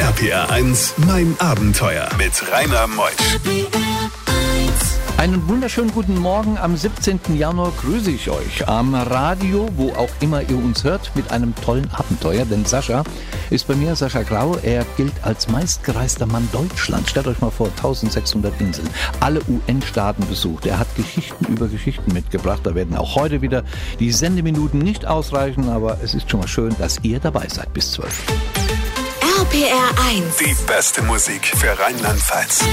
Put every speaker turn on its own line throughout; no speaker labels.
RPR 1, mein Abenteuer mit Rainer Meusch.
Einen wunderschönen guten Morgen am 17. Januar grüße ich euch am Radio, wo auch immer ihr uns hört, mit einem tollen Abenteuer. Denn Sascha ist bei mir, Sascha Grau, er gilt als meistgereister Mann Deutschlands. Stellt euch mal vor, 1600 Inseln, alle UN-Staaten besucht. Er hat Geschichten über Geschichten mitgebracht. Da werden auch heute wieder die Sendeminuten nicht ausreichen, aber es ist schon mal schön, dass ihr dabei seid bis 12.
RPR 1.
Die beste Musik für Rheinland-Pfalz.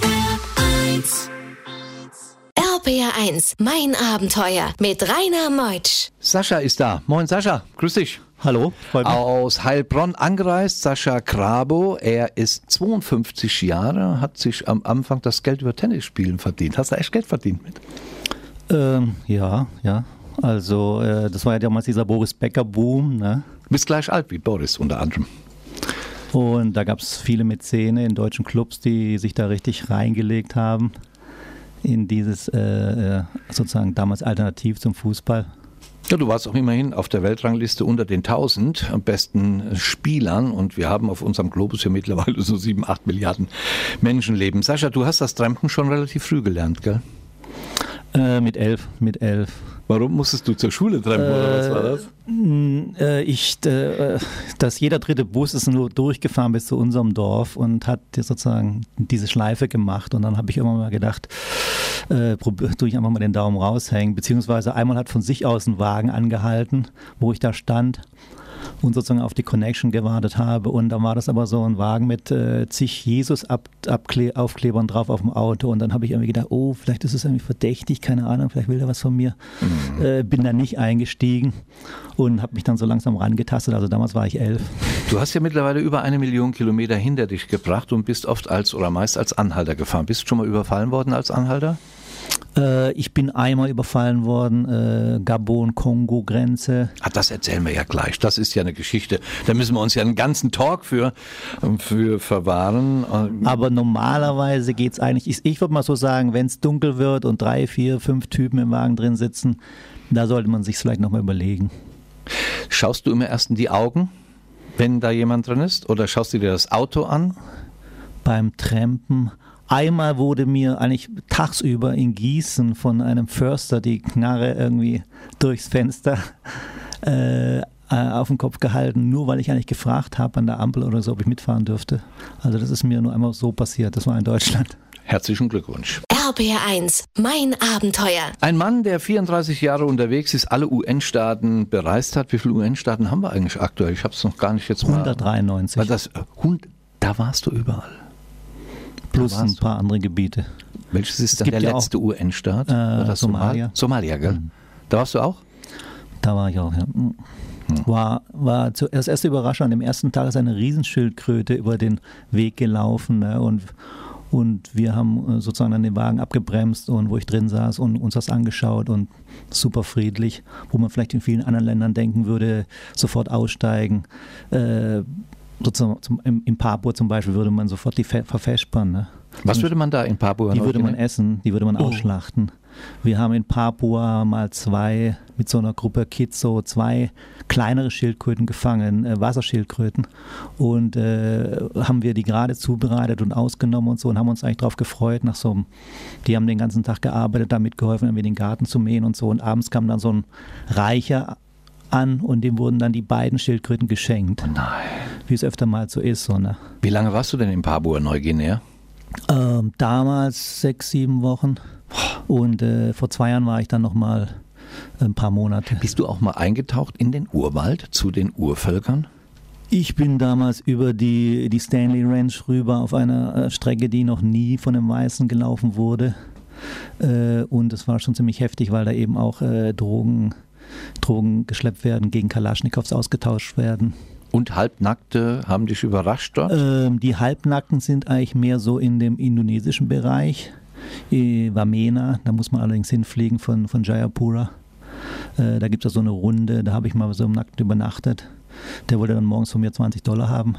RPR 1, mein Abenteuer mit Rainer Meutsch.
Sascha ist da. Moin Sascha, grüß dich.
Hallo, freut mich.
Aus Heilbronn angereist, Sascha Grabo. Er ist 52 Jahre, hat sich am Anfang das Geld über Tennisspielen verdient. Hast du echt Geld verdient mit?
Ja. Also das war ja damals dieser Boris Becker-Boom. Ne?
Du bist gleich alt wie Boris unter anderem.
Und da gab es viele Mäzene in deutschen Clubs, die sich da richtig reingelegt haben in dieses sozusagen damals Alternativ zum Fußball.
Ja, du warst auch immerhin auf der Weltrangliste unter den 1000 besten Spielern und wir haben auf unserem Globus ja mittlerweile so 7-8 Milliarden Menschenleben. Sascha, du hast das Trampen schon relativ früh gelernt, gell?
Mit 11.
Warum musstest du zur Schule trampen oder was war das?
Dass jeder dritte Bus ist nur durchgefahren bis zu unserem Dorf und hat sozusagen diese Schleife gemacht und dann habe ich immer mal gedacht, tue ich einfach mal den Daumen raushängen, beziehungsweise einmal hat von sich aus ein Wagen angehalten, wo ich da stand und sozusagen auf die Connection gewartet habe und dann war das aber so ein Wagen mit zig Jesus-Aufklebern drauf auf dem Auto und dann habe ich irgendwie gedacht, oh, vielleicht ist es irgendwie verdächtig, keine Ahnung, vielleicht will er was von mir. Bin da nicht eingestiegen und habe mich dann so langsam rangetastet, also damals war ich 11.
Du hast ja mittlerweile über 1 Million Kilometer hinter dich gebracht und bist oft meist als Anhalter gefahren. Bist du schon mal überfallen worden als Anhalter?
Ich bin einmal überfallen worden, Gabon-Kongo-Grenze.
Das erzählen wir ja gleich. Das ist ja eine Geschichte. Da müssen wir uns ja einen ganzen Talk für verwahren.
Aber normalerweise geht es eigentlich, ich würde mal so sagen, wenn es dunkel wird und 3, 4, 5 Typen im Wagen drin sitzen, da sollte man sich vielleicht nochmal überlegen.
Schaust du immer erst in die Augen, wenn da jemand drin ist? Oder schaust du dir das Auto an?
Beim Trampen. Einmal wurde mir eigentlich tagsüber in Gießen von einem Förster die Knarre irgendwie durchs Fenster auf den Kopf gehalten, nur weil ich eigentlich gefragt habe an der Ampel oder so, ob ich mitfahren dürfte. Also das ist mir nur einmal so passiert, das war in Deutschland.
Herzlichen Glückwunsch.
RPR 1, mein Abenteuer.
Ein Mann, der 34 Jahre unterwegs ist, alle UN-Staaten bereist hat. Wie viele UN-Staaten haben wir eigentlich aktuell? Ich habe es noch gar nicht jetzt mal.
193.
Da warst du überall.
Plus ein paar andere Gebiete.
Welches ist dann der letzte UN-Staat? War das
Somalia.
Somalia, gell? Da warst du auch?
Da war ich auch, ja. War das erste Überraschung. An dem ersten Tag ist eine Riesenschildkröte über den Weg gelaufen. Ne? Und wir haben sozusagen an den Wagen abgebremst und wo ich drin saß und uns das angeschaut und super friedlich, wo man vielleicht in vielen anderen Ländern denken würde, sofort aussteigen. Sozusagen in Papua zum Beispiel würde man sofort die verfespern. Ne?
Was würde man da in Papua?
Die würde man essen, die würde man ausschlachten. Wir haben in Papua mal mit so einer Gruppe Kids so 2 kleinere Schildkröten gefangen, Wasserschildkröten und haben wir die gerade zubereitet und ausgenommen und so und haben uns eigentlich darauf gefreut. Die haben den ganzen Tag gearbeitet, damit geholfen, irgendwie den Garten zu mähen und so und abends kam dann so ein Reicher an und dem wurden dann die beiden Schildkröten geschenkt.
Oh nein.
Wie es öfter mal so ist. So, ne?
Wie lange warst du denn in Papua-Neuguinea?
Damals 6, 7 Wochen und vor 2 Jahren war ich dann nochmal ein paar Monate.
Bist du auch mal eingetaucht in den Urwald zu den Urvölkern?
Ich bin damals über die Stanley Ranch rüber auf einer Strecke, die noch nie von einem Weißen gelaufen wurde und es war schon ziemlich heftig, weil da eben auch Drogen geschleppt werden, gegen Kalaschnikows ausgetauscht werden.
Und Halbnackte haben dich überrascht dort?
Die Halbnackten sind eigentlich mehr so in dem indonesischen Bereich. Wamena, da muss man allerdings hinfliegen von Jayapura. Da gibt es so eine Runde, da habe ich mal so im Nackten übernachtet. Der wollte dann morgens von mir $20 haben.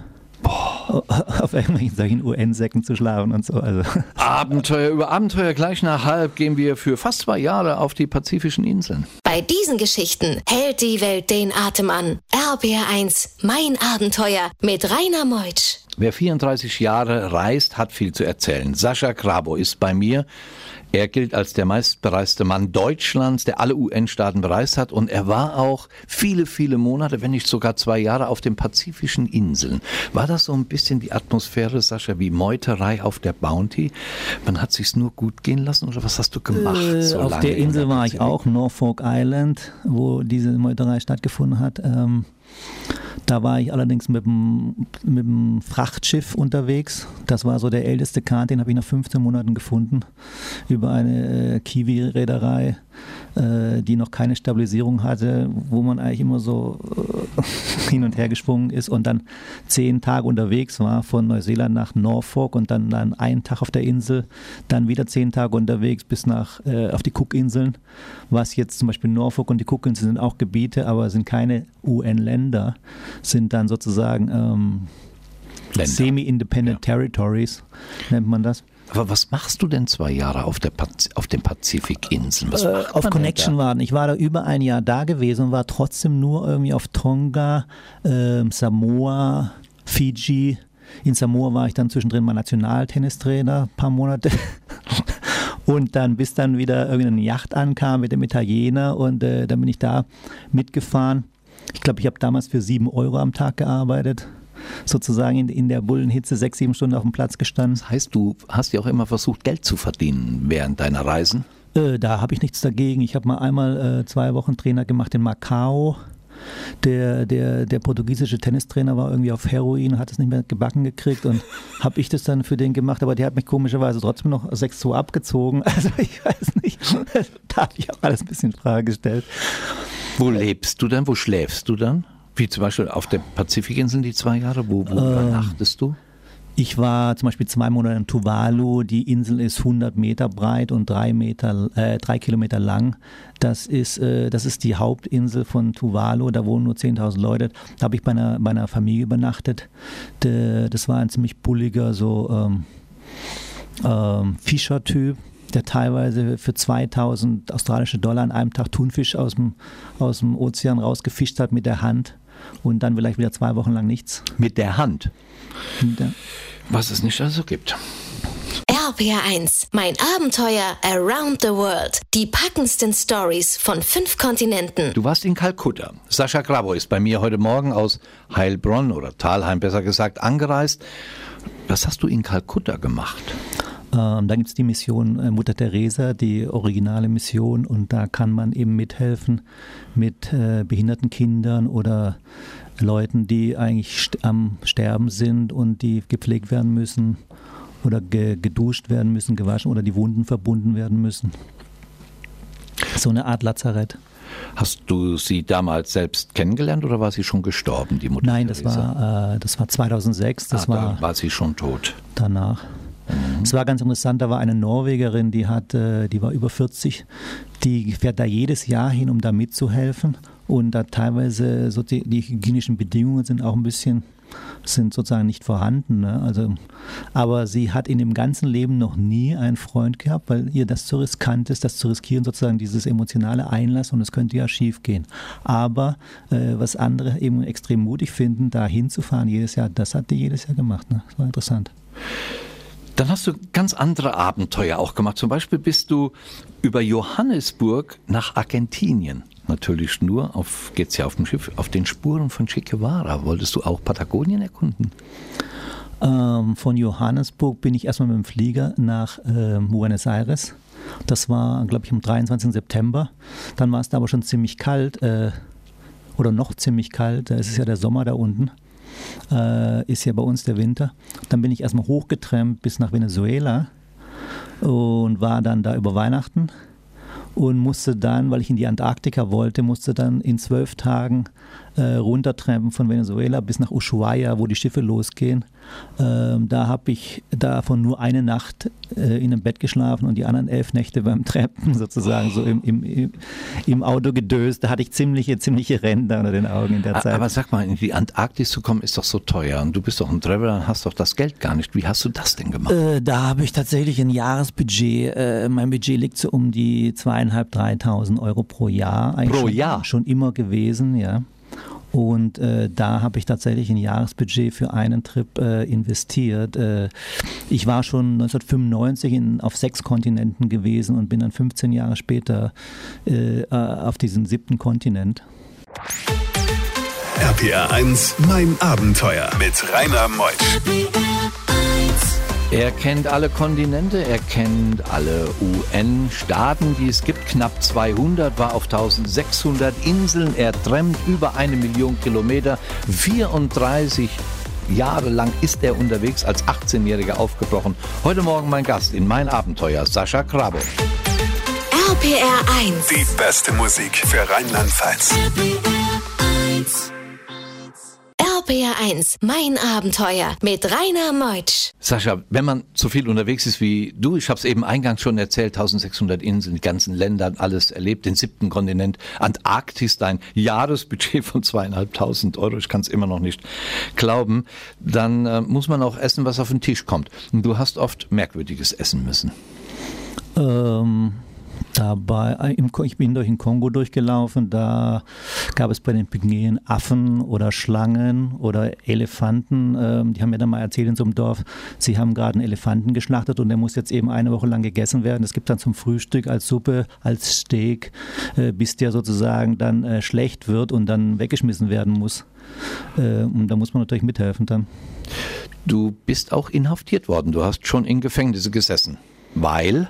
Auf irgendwelchen solchen UN-Säcken zu schlafen und so. Also.
Abenteuer über Abenteuer. Gleich nach 1:30 gehen wir für fast 2 Jahre auf die pazifischen Inseln.
Bei diesen Geschichten hält die Welt den Atem an. RPR 1, mein Abenteuer mit Rainer Meutsch.
Wer 34 Jahre reist, hat viel zu erzählen. Sascha Grabo ist bei mir. Er gilt als der meistbereiste Mann Deutschlands, der alle UN-Staaten bereist hat. Und er war auch viele, viele Monate, wenn nicht sogar 2 Jahre auf den pazifischen Inseln. War das so ein bisschen die Atmosphäre, Sascha, wie Meuterei auf der Bounty? Man hat sich's nur gut gehen lassen oder was hast du gemacht? So
auf der Insel war ich auch, Norfolk Island, wo diese Meuterei stattgefunden hat. Da war ich allerdings mit dem Frachtschiff unterwegs. Das war so der älteste Kahn, den habe ich nach 15 Monaten gefunden. Über eine Kiwi-Reederei, die noch keine Stabilisierung hatte, wo man eigentlich immer so hin und her geschwungen ist und dann 10 Tage unterwegs war, von Neuseeland nach Norfolk und dann einen Tag auf der Insel, dann wieder 10 Tage unterwegs bis auf die Cookinseln, was jetzt zum Beispiel Norfolk und die Cookinseln sind auch Gebiete, aber sind keine UN-Länder, sind dann sozusagen Semi-Independent Territories, nennt man das.
Aber was machst du denn 2 Jahre auf den Pazifikinseln?
Auf Connection warten. Ich war da über ein Jahr da gewesen und war trotzdem nur irgendwie auf Tonga, Samoa, Fiji. In Samoa war ich dann zwischendrin mal Nationaltennistrainer, ein paar Monate. Und dann, bis dann wieder irgendeine Yacht ankam mit dem Italiener und dann bin ich da mitgefahren. Ich glaube, ich habe damals für 7 Euro am Tag gearbeitet. Sozusagen in der Bullenhitze 6, 7 Stunden auf dem Platz gestanden.
Das heißt, du hast ja auch immer versucht, Geld zu verdienen während deiner Reisen?
Da habe ich nichts dagegen. Ich habe mal einmal 2 Wochen Trainer gemacht in Macau. Der portugiesische Tennistrainer war irgendwie auf Heroin, hat es nicht mehr gebacken gekriegt und habe ich das dann für den gemacht, aber der hat mich komischerweise trotzdem noch 6-2 abgezogen. Also ich weiß nicht, da habe ich auch alles ein bisschen in Frage gestellt.
Wo lebst du dann? Wo schläfst du dann? Wie zum Beispiel auf der Pazifikinsel die 2 Jahre? Wo übernachtest du?
Ich war zum Beispiel 2 Monate in Tuvalu. Die Insel ist 100 Meter breit und 3 Kilometer lang. Das ist die Hauptinsel von Tuvalu. Da wohnen nur 10.000 Leute. Da habe ich bei einer Familie übernachtet. Das war ein ziemlich bulliger Fischertyp, der teilweise für 2.000 australische Dollar an einem Tag Thunfisch aus dem Ozean rausgefischt hat mit der Hand und dann vielleicht wieder 2 Wochen lang nichts.
Mit der Hand? Was es nicht also gibt.
RPR1, mein Abenteuer around the world. Die packendsten Stories von 5 Kontinenten.
Du warst in Kalkutta. Sascha Grabo ist bei mir heute Morgen aus Heilbronn oder Thalheim besser gesagt angereist. Was hast du in Kalkutta gemacht?
Da gibt es die Mission Mutter Teresa, die originale Mission, und da kann man eben mithelfen mit behinderten Kindern oder Leuten, die eigentlich am Sterben sind und die gepflegt werden müssen oder geduscht werden müssen, gewaschen oder die Wunden verbunden werden müssen. So eine Art Lazarett.
Hast du sie damals selbst kennengelernt oder war sie schon gestorben, die Mutter
Nein,
Teresa?
das war 2006.
Da war sie schon tot.
Danach. Es war ganz interessant, da war eine Norwegerin, die war über 40, die fährt da jedes Jahr hin, um da mitzuhelfen, und da teilweise so die hygienischen Bedingungen sind sozusagen nicht vorhanden, ne? Also, aber sie hat in dem ganzen Leben noch nie einen Freund gehabt, weil ihr das zu riskant ist, das zu riskieren, sozusagen dieses emotionale Einlassen, und es könnte ja schief gehen. Aber was andere eben extrem mutig finden, da hinzufahren jedes Jahr, das hat die jedes Jahr gemacht, ne? Das war interessant.
Dann hast du ganz andere Abenteuer auch gemacht. Zum Beispiel bist du über Johannesburg nach Argentinien. Natürlich nur, geht's ja auf dem Schiff, auf den Spuren von Che Guevara. Wolltest du auch Patagonien erkunden?
Von Johannesburg bin ich erstmal mit dem Flieger nach Buenos Aires. Das war, glaube ich, am 23. September. Dann war es da aber schon ziemlich kalt, oder noch ziemlich kalt. Es ist ja der Sommer da unten. Ist ja bei uns der Winter. Dann bin ich erstmal hochgetrampt bis nach Venezuela und war dann da über Weihnachten und musste dann, weil ich in die Antarktika wollte, in 12 Tagen runtertrampen von Venezuela bis nach Ushuaia, wo die Schiffe losgehen. Da habe ich davon nur eine Nacht in einem Bett geschlafen und die anderen 11 Nächte beim Trampen sozusagen so im Auto gedöst. Da hatte ich ziemliche Ränder unter den Augen in der Zeit.
Aber sag mal, in die Antarktis zu kommen ist doch so teuer und du bist doch ein Traveler und hast doch das Geld gar nicht. Wie hast du das denn gemacht?
Da habe ich tatsächlich ein Jahresbudget. Mein Budget liegt so um die 2.500, 3.000 Euro pro Jahr.
Pro Jahr?
Schon immer gewesen, ja. Und da habe ich tatsächlich ein Jahresbudget für einen Trip investiert. Ich war schon 1995 auf 6 Kontinenten gewesen und bin dann 15 Jahre später auf diesen 7. Kontinent.
RPR 1, mein Abenteuer mit Rainer Meusch.
Er kennt alle Kontinente, er kennt alle UN-Staaten, die es gibt. Knapp 200, war auf 1600 Inseln. Er trampt über 1 Million Kilometer. 34 Jahre lang ist er unterwegs, als 18-Jähriger aufgebrochen. Heute Morgen mein Gast in Mein Abenteuer, Sascha Grabo.
RPR 1.
Die beste Musik für Rheinland-Pfalz.
RPR 1, mein Abenteuer mit Rainer Meutsch.
Sascha, wenn man so viel unterwegs ist wie du, ich habe es eben eingangs schon erzählt, 1600 Inseln, die ganzen Länder, alles erlebt, den 7. Kontinent, Antarktis, dein Jahresbudget von 2.500 €, ich kann es immer noch nicht glauben, dann muss man auch essen, was auf den Tisch kommt. Und du hast oft Merkwürdiges essen müssen.
Ich bin durch den Kongo durchgelaufen, da gab es bei den Pinguinen Affen oder Schlangen oder Elefanten. Die haben mir dann mal erzählt in so einem Dorf, sie haben gerade einen Elefanten geschlachtet und der muss jetzt eben 1 Woche lang gegessen werden. Das gibt dann zum Frühstück als Suppe, als Steak, bis der sozusagen dann schlecht wird und dann weggeschmissen werden muss. Und da muss man natürlich mithelfen dann.
Du bist auch inhaftiert worden, du hast schon in Gefängnisse gesessen, weil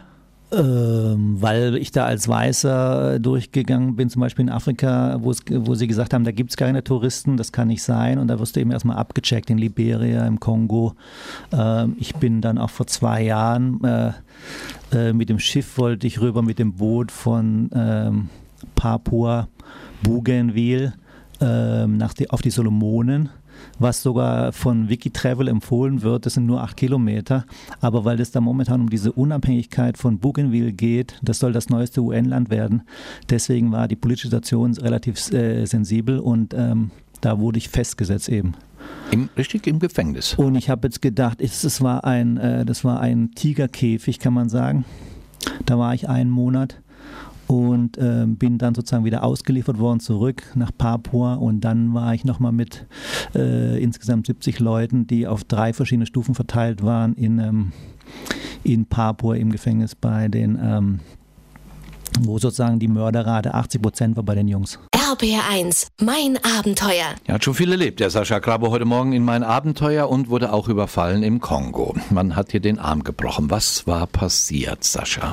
ich da als Weißer durchgegangen bin, zum Beispiel in Afrika, wo sie gesagt haben, da gibt es keine Touristen, das kann nicht sein. Und da wirst du eben erstmal abgecheckt in Liberia, im Kongo. Ich bin dann auch vor 2 Jahren mit dem Schiff wollte ich rüber, mit dem Boot von Papua Bougainville auf die Solomonen, was sogar von Wikitravel empfohlen wird. Das sind nur 8 Kilometer. Aber weil es da momentan um diese Unabhängigkeit von Bougainville geht, das soll das neueste UN-Land werden. Deswegen war die politische Situation relativ sensibel und da wurde ich festgesetzt eben.
Richtig im Gefängnis.
Und ich habe jetzt gedacht, das war ein Tigerkäfig, kann man sagen. Da war ich 1 Monat. Und bin dann sozusagen wieder ausgeliefert worden zurück nach Papua und dann war ich nochmal mit insgesamt 70 Leuten, die auf 3 verschiedene Stufen verteilt waren in Papua im Gefängnis bei den, wo sozusagen die Mörderrate 80% war bei den Jungs.
RPR 1, mein Abenteuer.
Er hat schon viel erlebt, der Sascha Grabo, heute Morgen in Mein Abenteuer und wurde auch überfallen im Kongo. Man hat hier den Arm gebrochen. Was war passiert, Sascha?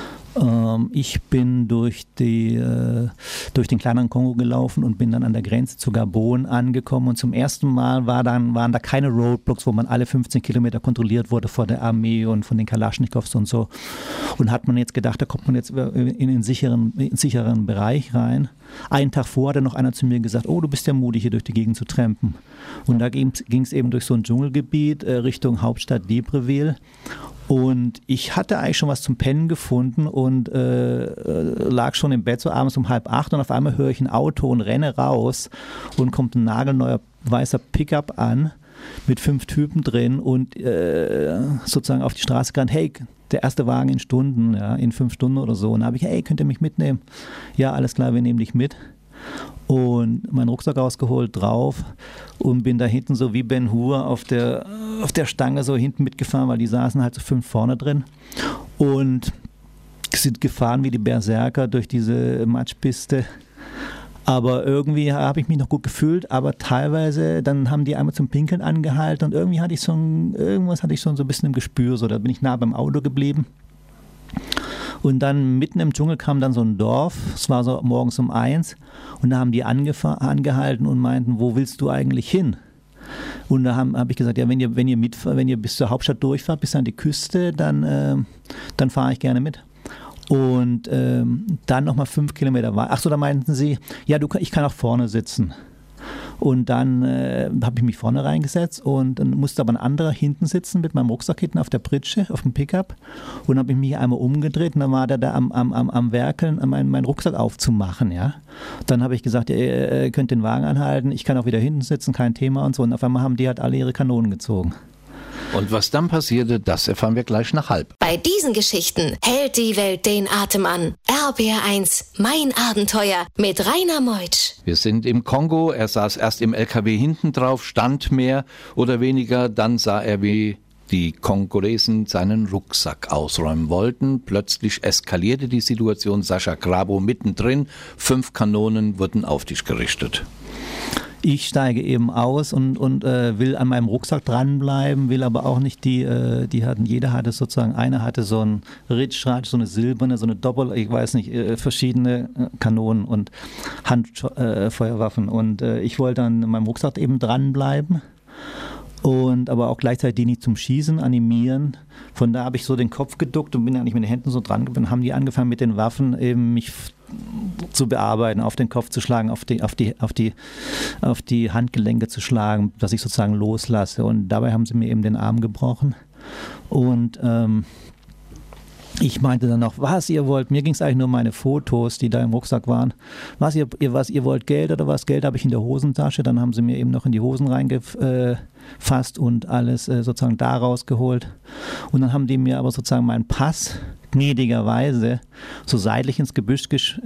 Ich bin durch den kleineren Kongo gelaufen und bin dann an der Grenze zu Gabon angekommen und zum ersten Mal waren da keine Roadblocks, wo man alle 15 Kilometer kontrolliert wurde vor der Armee und von den Kalaschnikows und so. Und hat man jetzt gedacht, da kommt man jetzt in den sicheren Bereich rein. Einen Tag vorher hat dann noch einer zu mir gesagt, oh, du bist ja mutig, hier durch die Gegend zu trampen. Und da ging es eben durch so ein Dschungelgebiet Richtung Hauptstadt Libreville. Und ich hatte eigentlich schon was zum Pennen gefunden und lag schon im Bett so abends um 7:30 und auf einmal höre ich ein Auto und renne raus und kommt ein nagelneuer weißer Pickup an mit 5 Typen drin und sozusagen auf die Straße gerannt, hey, der erste Wagen in Stunden, ja, in 5 Stunden oder so. Und da habe ich, hey, könnt ihr mich mitnehmen? Ja, alles klar, wir nehmen dich mit. Und meinen Rucksack rausgeholt, drauf und bin da hinten so wie Ben Hur auf der Stange so hinten mitgefahren, weil die saßen halt so 5 vorne drin und sind gefahren wie die Berserker durch diese Matschpiste. Aber irgendwie habe ich mich noch gut gefühlt, aber teilweise, dann haben die einmal zum Pinkeln angehalten und irgendwie hatte ich irgendwas hatte ich schon so ein bisschen im Gespür, so da bin ich nah beim Auto geblieben. Und dann mitten im Dschungel kam dann so ein Dorf, es war so morgens um 1 und da haben die angehalten und meinten, wo willst du eigentlich hin? Und da habe ich gesagt, ja, wenn ihr bis zur Hauptstadt durchfahrt, bis an die Küste, dann fahre ich gerne mit. Und dann nochmal 5 Kilometer weiter. Achso, da meinten sie, ja, ich kann auch vorne sitzen. Und dann habe ich mich vorne reingesetzt und dann musste aber ein anderer hinten sitzen mit meinem Rucksack hinten auf der Pritsche, auf dem Pickup. Und habe ich mich einmal umgedreht und dann war der da am Werkeln, meinen Rucksack aufzumachen. Ja. Dann habe ich gesagt, ihr könnt den Wagen anhalten, ich kann auch wieder hinten sitzen, kein Thema und so. Und auf einmal haben die halt alle ihre Kanonen gezogen.
Und was dann passierte, das erfahren wir gleich nach halb.
Bei diesen Geschichten hält die Welt den Atem an. RBR1, mein Abenteuer mit Rainer Meutsch.
Wir sind im Kongo. Er saß erst im LKW hinten drauf, stand mehr oder weniger. Dann sah er, wie die Kongolesen seinen Rucksack ausräumen wollten. Plötzlich eskalierte die Situation. Sascha Grabo mittendrin. 5 Kanonen wurden auf dich gerichtet.
Ich steige eben aus und will an meinem Rucksack dranbleiben, will aber auch nicht jeder hatte sozusagen, einer hatte so ein Richtschreit, so eine silberne, so eine Doppel, ich weiß nicht, verschiedene Kanonen und Handfeuerwaffen und ich wollte an meinem Rucksack eben dranbleiben. Und aber auch gleichzeitig die nicht zum Schießen animieren. Von da habe ich so den Kopf geduckt und bin eigentlich mit den Händen so dran geblieben. Haben die angefangen mit den Waffen eben mich zu bearbeiten, auf den Kopf zu schlagen, auf die Handgelenke zu schlagen, dass ich sozusagen loslasse. Und dabei haben sie mir eben den Arm gebrochen. Und ich meinte dann noch, was ihr wollt, mir ging es eigentlich nur um meine Fotos, die da im Rucksack waren. Was ihr wollt, Geld oder was? Geld habe ich in der Hosentasche, dann haben sie mir eben noch in die Hosen reingefasst und alles sozusagen da rausgeholt. Und dann haben die mir aber sozusagen meinen Pass gnädigerweise so seitlich ins Gebüsch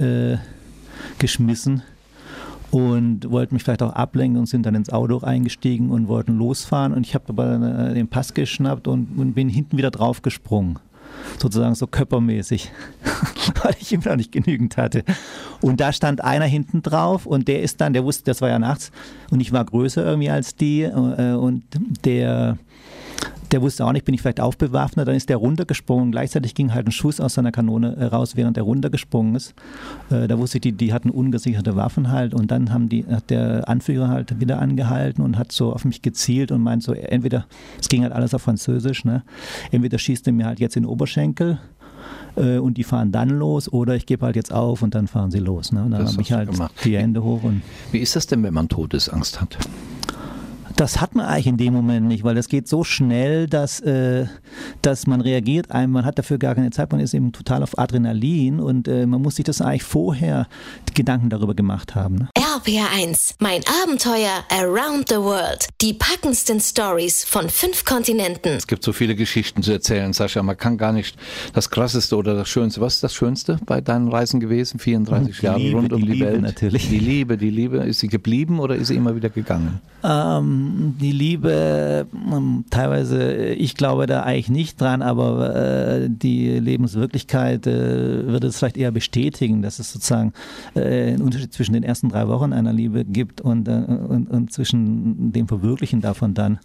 geschmissen und wollten mich vielleicht auch ablenken und sind dann ins Auto eingestiegen und wollten losfahren. Und ich habe aber den Pass geschnappt und bin hinten wieder drauf gesprungen. Sozusagen so körpermäßig, weil ich immer noch nicht genügend hatte. Und da stand einer hinten drauf und der wusste, das war ja nachts und ich war größer irgendwie als die und der wusste auch nicht, bin ich vielleicht aufbewaffnet, dann ist der runtergesprungen. Gleichzeitig ging halt ein Schuss aus seiner Kanone raus, während der runtergesprungen ist. Da wusste ich, die hatten ungesicherte Waffen halt und dann hat der Anführer halt wieder angehalten und hat so auf mich gezielt und meint so, entweder, es ging halt alles auf Französisch, ne? Entweder schießt er mir halt jetzt in den Oberschenkel und die fahren dann los oder ich gebe halt jetzt auf und dann fahren sie los. Ne? Und dann habe ich halt die Hände hoch. Und
wie ist das denn, wenn man Todesangst hat?
Das hat man eigentlich in dem Moment nicht, weil das geht so schnell, dass man reagiert. Man hat dafür gar keine Zeit, man ist eben total auf Adrenalin und man muss sich das eigentlich vorher Gedanken darüber gemacht haben. Ne?
RBR1, mein Abenteuer around the world. Die packendsten Stories von 5 Kontinenten.
Es gibt so viele Geschichten zu erzählen, Sascha. Man kann gar nicht das Krasseste oder das Schönste. Was ist das Schönste bei deinen Reisen gewesen? 34 Jahre rund um die Welt.
Natürlich.
Die Liebe. Ist sie geblieben oder ist sie immer wieder gegangen?
Die Liebe, teilweise, ich glaube da eigentlich nicht dran, aber die Lebenswirklichkeit würde es vielleicht eher bestätigen, dass es sozusagen einen Unterschied zwischen den ersten 3 Wochen einer Liebe gibt und zwischen dem Verwirklichen davon dann.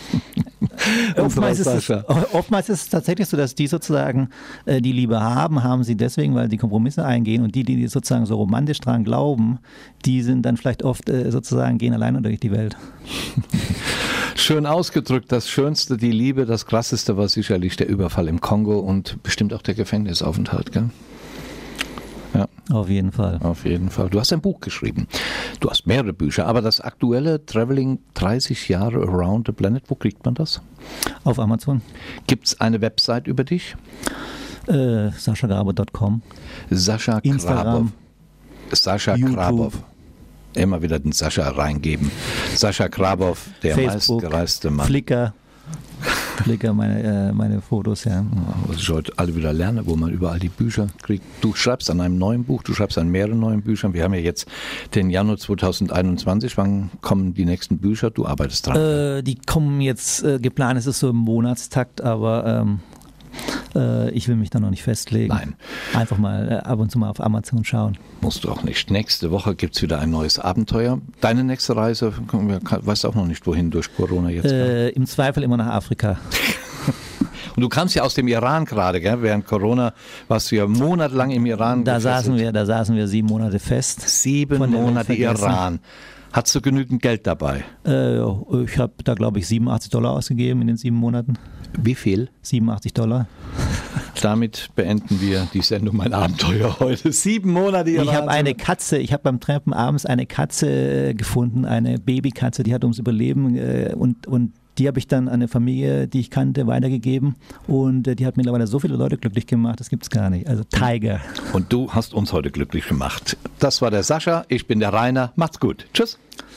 Oftmals ist es tatsächlich so, dass die sozusagen die Liebe haben sie deswegen, weil die Kompromisse eingehen und die sozusagen so romantisch dran glauben, die sind dann vielleicht oft sozusagen, gehen alleine durch die Welt.
Schön ausgedrückt, das Schönste, die Liebe, das Krasseste war sicherlich der Überfall im Kongo und bestimmt auch der Gefängnisaufenthalt, gell? Ja.
Auf jeden Fall.
Auf jeden Fall. Du hast ein Buch geschrieben. Du hast mehrere Bücher, aber das aktuelle Traveling 30 Jahre Around the Planet, wo kriegt man das?
Auf Amazon.
Gibt es eine Website über dich?
SaschaGrabo.com.
Sascha Grabov. Sascha Grabov. Immer wieder den Sascha reingeben. Sascha Grabov, der meistgereiste Mann.
Flickr, meine Fotos, ja.
Was ich heute alle wieder lerne, wo man überall die Bücher kriegt. Du schreibst an einem neuen Buch, du schreibst an mehreren neuen Büchern. Wir haben ja jetzt den Januar 2021. Wann kommen die nächsten Bücher? Du arbeitest dran.
Die kommen jetzt, geplant ist es so im Monatstakt, aber ich will mich da noch nicht festlegen.
Nein.
Einfach mal ab und zu mal auf Amazon schauen.
Musst du auch nicht. Nächste Woche gibt es wieder ein neues Abenteuer. Deine nächste Reise, weißt du auch noch nicht, wohin durch Corona jetzt?
Im Zweifel immer nach Afrika.
Und du kamst ja aus dem Iran gerade, gell? Während Corona warst du ja monatelang im Iran.
Da saßen wir 7 Monate fest.
7 Monate Iran. Hattest du genügend Geld dabei?
Ich habe da, glaube ich, $87 ausgegeben in den 7 Monaten.
Wie viel?
$87.
Damit beenden wir die Sendung Mein Abenteuer heute. 7 Monate Iran.
Ich habe beim Trampen abends eine Katze gefunden, eine Babykatze, die hat ums Überleben und die habe ich dann an eine Familie, die ich kannte, weitergegeben und die hat mittlerweile so viele Leute glücklich gemacht, das gibt es gar nicht. Also Tiger.
Und du hast uns heute glücklich gemacht. Das war der Sascha, ich bin der Rainer. Macht's gut. Tschüss.